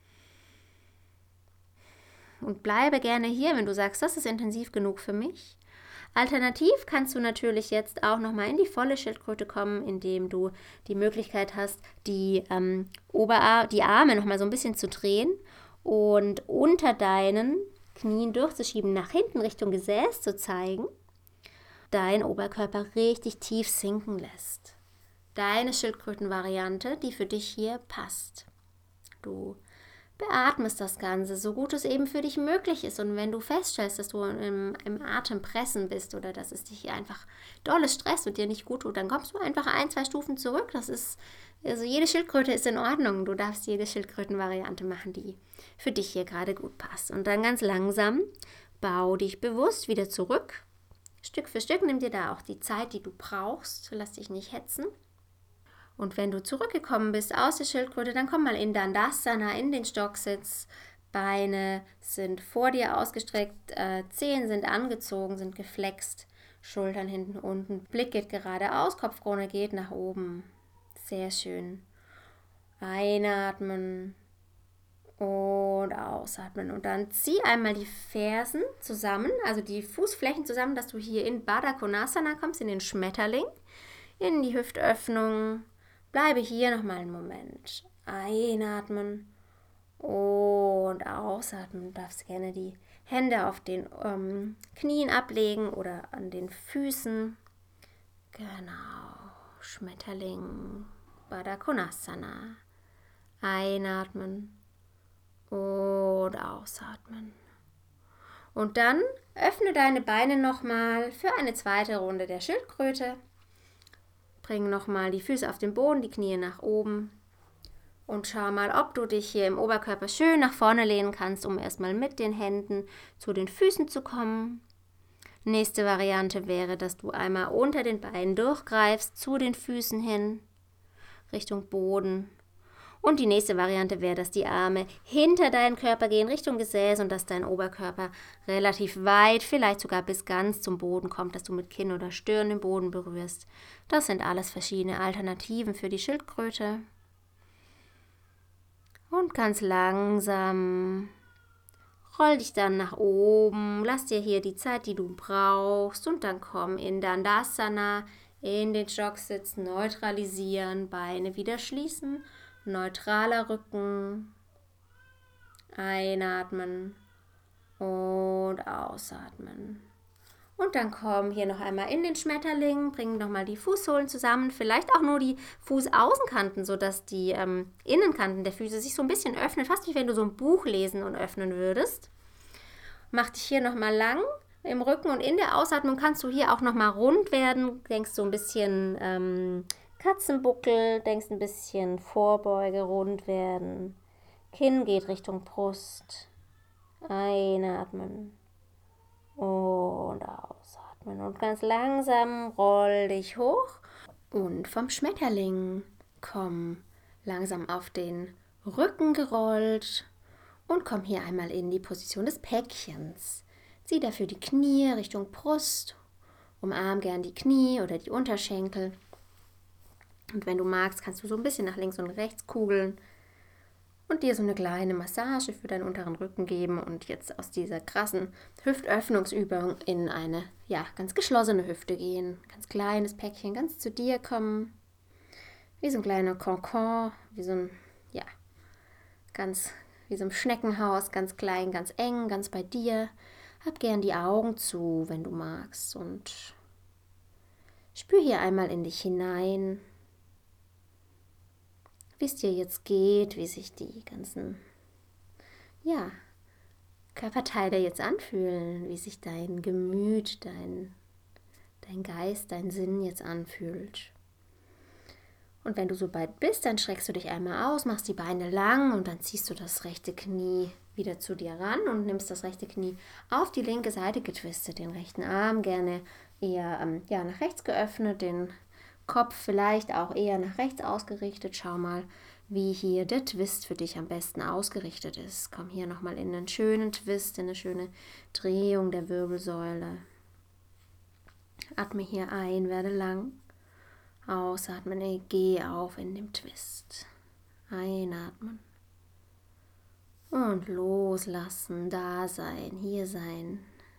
Und bleibe gerne hier, wenn du sagst, das ist intensiv genug für mich. Alternativ kannst du natürlich jetzt auch nochmal in die volle Schildkröte kommen, indem du die Möglichkeit hast, die Arme nochmal so ein bisschen zu drehen und unter deinen Knien durchzuschieben, nach hinten Richtung Gesäß zu zeigen, deinen Oberkörper richtig tief sinken lässt. Deine Schildkrötenvariante, die für dich hier passt. Du beatmest das Ganze, so gut es eben für dich möglich ist. Und wenn du feststellst, dass du im Atempressen bist oder dass es dich einfach dolles Stress und dir nicht gut tut, dann kommst du einfach 1, 2 Stufen zurück. Das ist, also jede Schildkröte ist in Ordnung. Du darfst jede Schildkrötenvariante machen, die für dich hier gerade gut passt. Und dann ganz langsam bau dich bewusst wieder zurück. Stück für Stück nimm dir da auch die Zeit, die du brauchst. Lass dich nicht hetzen. Und wenn du zurückgekommen bist aus der Schildkröte, dann komm mal in Dandasana, in den Stocksitz. Beine sind vor dir ausgestreckt, Zehen sind angezogen, sind geflext, Schultern hinten unten, Blick geht geradeaus, Kopfkrone geht nach oben. Sehr schön. Einatmen und ausatmen. Und dann zieh einmal die Fersen zusammen, also die Fußflächen zusammen, dass du hier in Baddha Konasana kommst, in den Schmetterling, in die Hüftöffnung. Bleibe hier nochmal einen Moment. Einatmen und ausatmen. Du darfst gerne die Hände auf den Knien ablegen oder an den Füßen. Genau. Schmetterling, Baddha Konasana. Einatmen und ausatmen. Und dann öffne deine Beine nochmal für eine zweite Runde der Schildkröte. Bring nochmal die Füße auf den Boden, die Knie nach oben Und schau mal, ob du dich hier im Oberkörper schön nach vorne lehnen kannst, um erstmal mit den Händen zu den Füßen zu kommen. Nächste Variante wäre, dass du einmal unter den Beinen durchgreifst, zu den Füßen hin, Richtung Boden. Und die nächste Variante wäre, dass die Arme hinter deinen Körper gehen, Richtung Gesäß und dass dein Oberkörper relativ weit, vielleicht sogar bis ganz zum Boden kommt, dass du mit Kinn oder Stirn den Boden berührst. Das sind alles verschiedene Alternativen für die Schildkröte. Und ganz langsam roll dich dann nach oben, lass dir hier die Zeit, die du brauchst und dann komm in Dandasana, in den Jogsitz, neutralisieren, Beine wieder schließen, neutraler Rücken, einatmen und ausatmen. Und dann komm hier noch einmal in den Schmetterling, bring nochmal die Fußsohlen zusammen, vielleicht auch nur die Fußaußenkanten, sodass die Innenkanten der Füße sich so ein bisschen öffnen, fast wie wenn du so ein Buch lesen und öffnen würdest. Mach dich hier nochmal lang im Rücken und in der Ausatmung kannst du hier auch nochmal rund werden, denkst so ein bisschen Katzenbuckel, denkst ein bisschen Vorbeuge, rund werden, Kinn geht Richtung Brust, einatmen. Und ausatmen. Und ganz langsam roll dich hoch. Und vom Schmetterling komm langsam auf den Rücken gerollt. Und komm hier einmal in die Position des Päckchens. Zieh dafür die Knie Richtung Brust. Umarm gern die Knie oder die Unterschenkel. Und wenn du magst, kannst du so ein bisschen nach links und rechts kugeln. Und dir so eine kleine Massage für deinen unteren Rücken geben und jetzt aus dieser krassen Hüftöffnungsübung in eine ganz geschlossene Hüfte gehen. Ganz kleines Päckchen, ganz zu dir kommen. Wie so ein kleiner Kokon, wie so ein Schneckenhaus, ganz klein, ganz eng, ganz bei dir. Hab gern die Augen zu, wenn du magst und spür hier einmal in dich hinein, wie es dir jetzt geht, wie sich die ganzen Körperteile jetzt anfühlen, wie sich dein Gemüt, dein Geist, dein Sinn jetzt anfühlt. Und wenn du so weit bist, dann streckst du dich einmal aus, machst die Beine lang und dann ziehst du das rechte Knie wieder zu dir ran und nimmst das rechte Knie auf die linke Seite getwistet, den rechten Arm gerne eher nach rechts geöffnet, den Kopf vielleicht auch eher nach rechts ausgerichtet. Schau mal, wie hier der Twist für dich am besten ausgerichtet ist. Komm hier nochmal in einen schönen Twist, in eine schöne Drehung der Wirbelsäule. Atme hier ein, werde lang. Ausatmen, geh auf in dem Twist. Einatmen. Und loslassen, da sein, hier sein.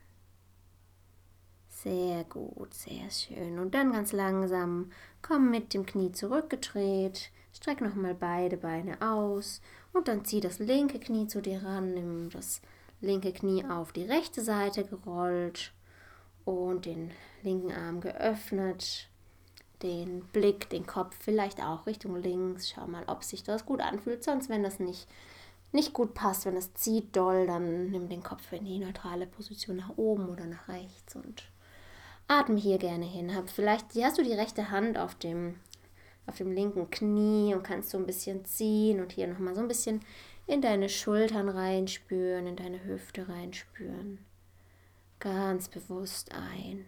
Sehr gut, sehr schön. Und dann ganz langsam komm mit dem Knie zurückgedreht. Streck nochmal beide Beine aus. Und dann zieh das linke Knie zu dir ran. Nimm das linke Knie auf die rechte Seite gerollt. Und den linken Arm geöffnet. Den Blick, den Kopf vielleicht auch Richtung links. Schau mal, ob sich das gut anfühlt. Sonst, wenn das nicht gut passt, wenn es zieht doll, dann nimm den Kopf in die neutrale Position nach oben oder nach rechts und atme hier gerne hin. Vielleicht hast du die rechte Hand auf dem linken Knie und kannst so ein bisschen ziehen und hier nochmal so ein bisschen in deine Schultern reinspüren, in deine Hüfte reinspüren. Ganz bewusst ein.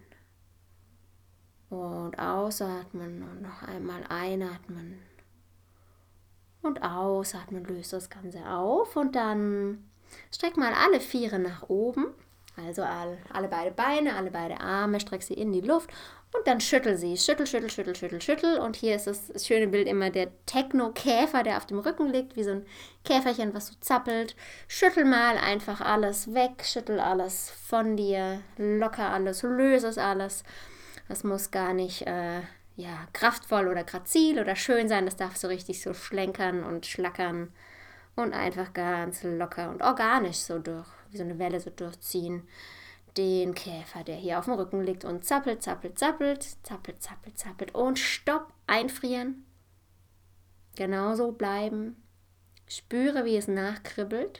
Und ausatmen und noch einmal einatmen. Und ausatmen, löst das Ganze auf und dann streck mal alle Viere nach oben. Also alle beide Beine, alle beide Arme, streck sie in die Luft und dann schüttel sie. Schüttel, schüttel, schüttel, schüttel, schüttel. Und hier ist das schöne Bild immer der Techno-Käfer, der auf dem Rücken liegt, wie so ein Käferchen, was so zappelt. Schüttel mal einfach alles weg, schüttel alles von dir, locker alles, löse es alles. Das muss gar nicht kraftvoll oder grazil oder schön sein. Das darf so richtig so schlenkern und schlackern und einfach ganz locker und organisch so wie so eine Welle so durchziehen. Den Käfer, der hier auf dem Rücken liegt und zappelt, zappelt, zappelt, zappelt, zappelt, zappelt und stopp, einfrieren. Genauso bleiben. Spüre, wie es nachkribbelt.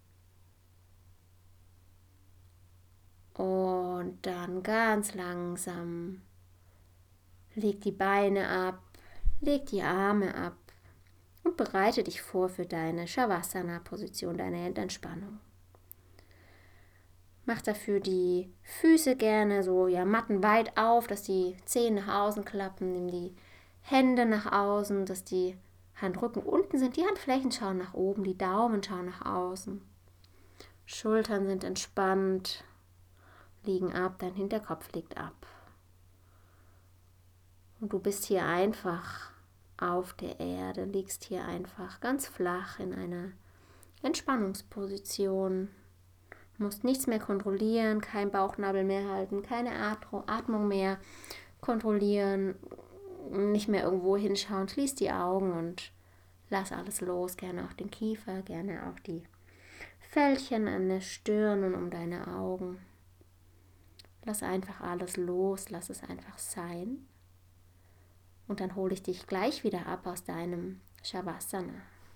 Und dann ganz langsam leg die Beine ab, leg die Arme ab und bereite dich vor für deine Shavasana-Position, deine Endentspannung. Mach dafür die Füße gerne so mattenweit auf, dass die Zehen nach außen klappen. Nimm die Hände nach außen, dass die Handrücken unten sind. Die Handflächen schauen nach oben, die Daumen schauen nach außen. Schultern sind entspannt, liegen ab, dein Hinterkopf liegt ab. Und du bist hier einfach auf der Erde, liegst hier einfach ganz flach in einer Entspannungsposition. Du musst nichts mehr kontrollieren, kein Bauchnabel mehr halten, keine Atmung mehr kontrollieren, nicht mehr irgendwo hinschauen. Schließ die Augen und lass alles los, gerne auch den Kiefer, gerne auch die Fältchen an der Stirn und um deine Augen. Lass einfach alles los, lass es einfach sein. Und dann hole ich dich gleich wieder ab aus deinem Shavasana.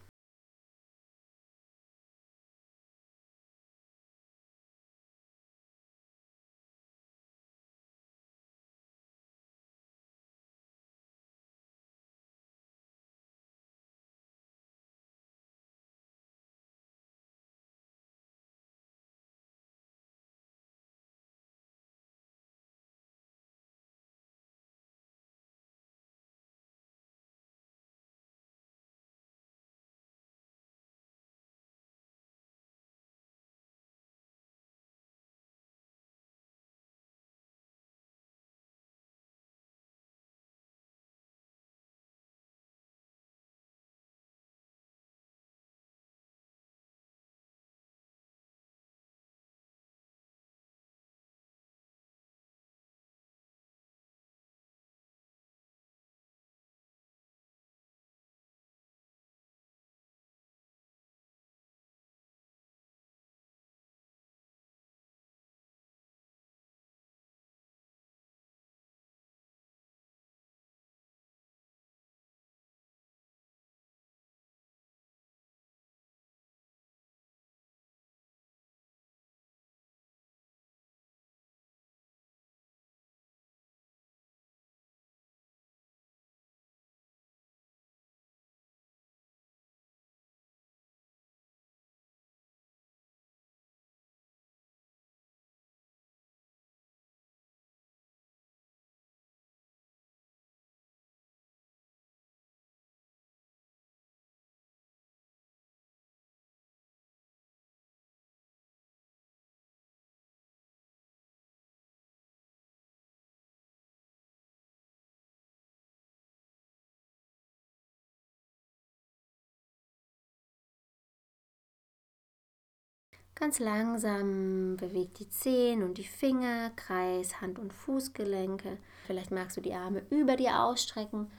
Ganz langsam beweg die Zehen und die Finger, kreis Hand- und Fußgelenke. Vielleicht magst du die Arme über dir ausstrecken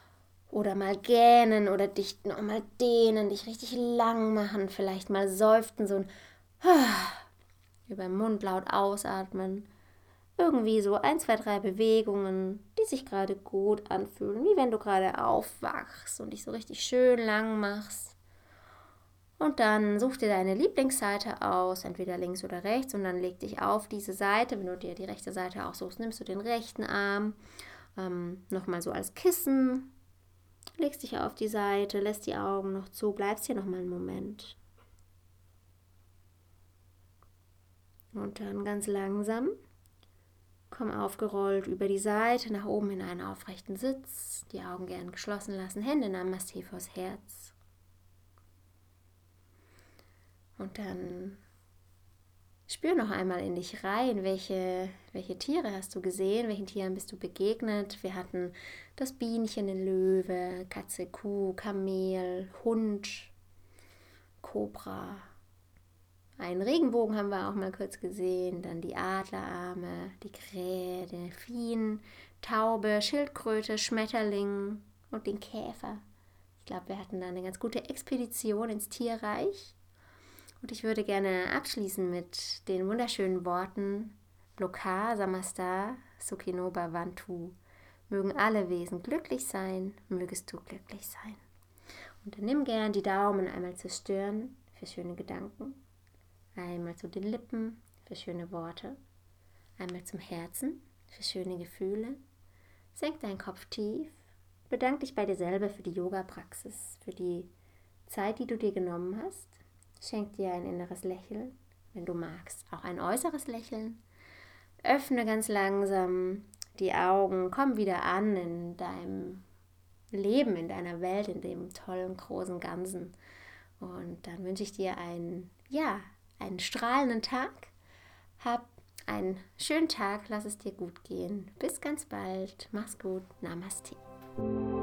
oder mal gähnen oder dich nochmal dehnen, dich richtig lang machen. Vielleicht mal seufzen, so ein über den Mund laut ausatmen. Irgendwie so 1, 2, 3 Bewegungen, die sich gerade gut anfühlen, wie wenn du gerade aufwachst und dich so richtig schön lang machst. Und dann such dir deine Lieblingsseite aus, entweder links oder rechts, und dann leg dich auf diese Seite. Wenn du dir die rechte Seite aussuchst, nimmst du den rechten Arm nochmal so als Kissen, legst dich auf die Seite, lässt die Augen noch zu, bleibst hier nochmal einen Moment. Und dann ganz langsam komm aufgerollt über die Seite nach oben in einen aufrechten Sitz, die Augen gern geschlossen lassen, Hände Namaste vors Herz. Und dann spür noch einmal in dich rein, welche Tiere hast du gesehen, welchen Tieren bist du begegnet. Wir hatten das Bienchen, den Löwe, Katze, Kuh, Kamel, Hund, Kobra. Einen Regenbogen haben wir auch mal kurz gesehen, dann die Adlerarme, die Krähe, Delfin, Taube, Schildkröte, Schmetterling und den Käfer. Ich glaube, wir hatten da eine ganz gute Expedition ins Tierreich. Und ich würde gerne abschließen mit den wunderschönen Worten Loka Samasta Sukhino Bhavantu. Mögen alle Wesen glücklich sein, mögest du glücklich sein. Und dann nimm gern die Daumen einmal zur Stirn für schöne Gedanken, einmal zu den Lippen für schöne Worte, einmal zum Herzen für schöne Gefühle. Senk deinen Kopf tief, bedank dich bei dir selber für die Yoga-Praxis, für die Zeit, die du dir genommen hast. Schenk dir ein inneres Lächeln, wenn du magst, auch ein äußeres Lächeln. Öffne ganz langsam die Augen, komm wieder an in deinem Leben, in deiner Welt, in dem tollen, großen Ganzen. Und dann wünsche ich dir einen strahlenden Tag. Hab einen schönen Tag, lass es dir gut gehen. Bis ganz bald. Mach's gut. Namaste.